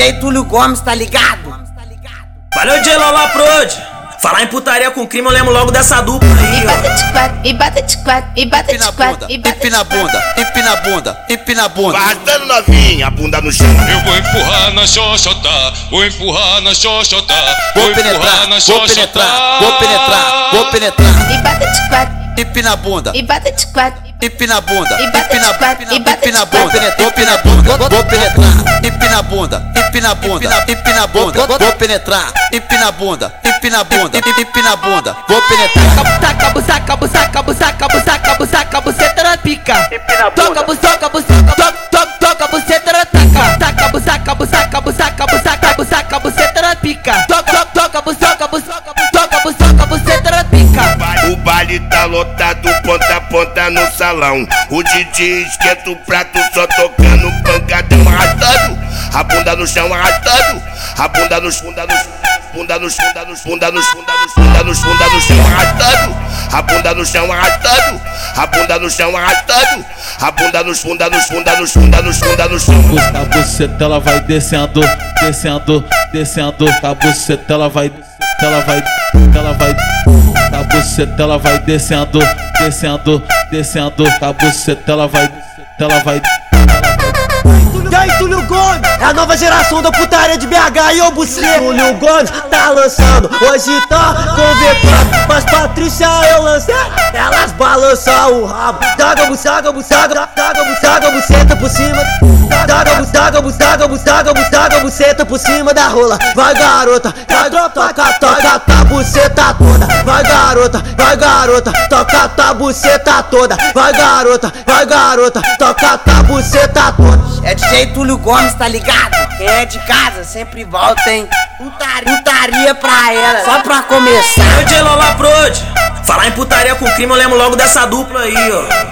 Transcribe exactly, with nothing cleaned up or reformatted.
J Túlio Gomes, tá ligado? Valeu, D J Lola Prod. Falar em putaria com crime, eu lembro logo dessa dupla aí, ó. E bata de quatro, e bata de quatro, e bata de quatro, e bata empina a bunda, empina a bunda, empina a bunda. Vai arrastando novinha, a bunda no chão. Eu vou empurrar na xoxota, vou empurrar na xoxota, vou penetrar, vou penetrar, vou penetrar, vou penetrar. E bata de quatro, empina a bunda, e bata de quatro, empina a bunda, empina a bunda, empina a bunda, empina a bunda, vou penetrar, empina a bunda, empina a bunda, empina a bunda, vou penetrar, empina a bunda, empina a bunda, empina a bunda, vou penetrar. Taca, busaca, busaca, busaca, busaca, busaca, buceta na pica. Toca, busaca, busaca, toca, toca, buceta na taca. Taca, busaca, busaca, busaca, busaca, busaca, buceta na pica. Toca, toca, busaca, busaca, toca, busaca, buceta na pica. O baile tá lotado, ponta a ponta no salão. O D J esquenta o prato, só tocando pancadão, arrastando. A bunda no chão, arrastando. A bunda no bunda no bunda no bunda no bunda no bunda no bunda no bunda no chão, arrastando. A bunda no chão, arrastando. A bunda no chão, arrastando. A bunda no bunda no bunda no bunda no bunda no chão. A buceta ela vai descendo, descendo, descendo. A buceta ela vai, ela vai, ela vai. A buceta ela vai descendo, descendo, descendo. A buceta ela vai, ela vai. E aí, Túlio Gomes, é a nova geração da putaria de B H e o buceta. Túlio Gomes tá lançando, hoje tá convocando. Mas Patrícia eu lancei, elas balançam o rabo. Daga, busaga, busaga, daga, busaga, buceta por cima. Daga, busaga, busaga, busaga, busaga, buceta por cima da rola. Vai garota, vai toca, toca, tá buceta toda. Vai garota, vai garota, toca, tá buceta toda. Vai garota, vai garota, toca, tá buceta toda. É D J Túlio Gomes, tá ligado? Quem é de casa sempre volta, hein? Putaria, putaria pra ela, só pra começar. Valeu, D J Lola Prod. Falar em putaria com crime, eu lembro logo dessa dupla aí, ó.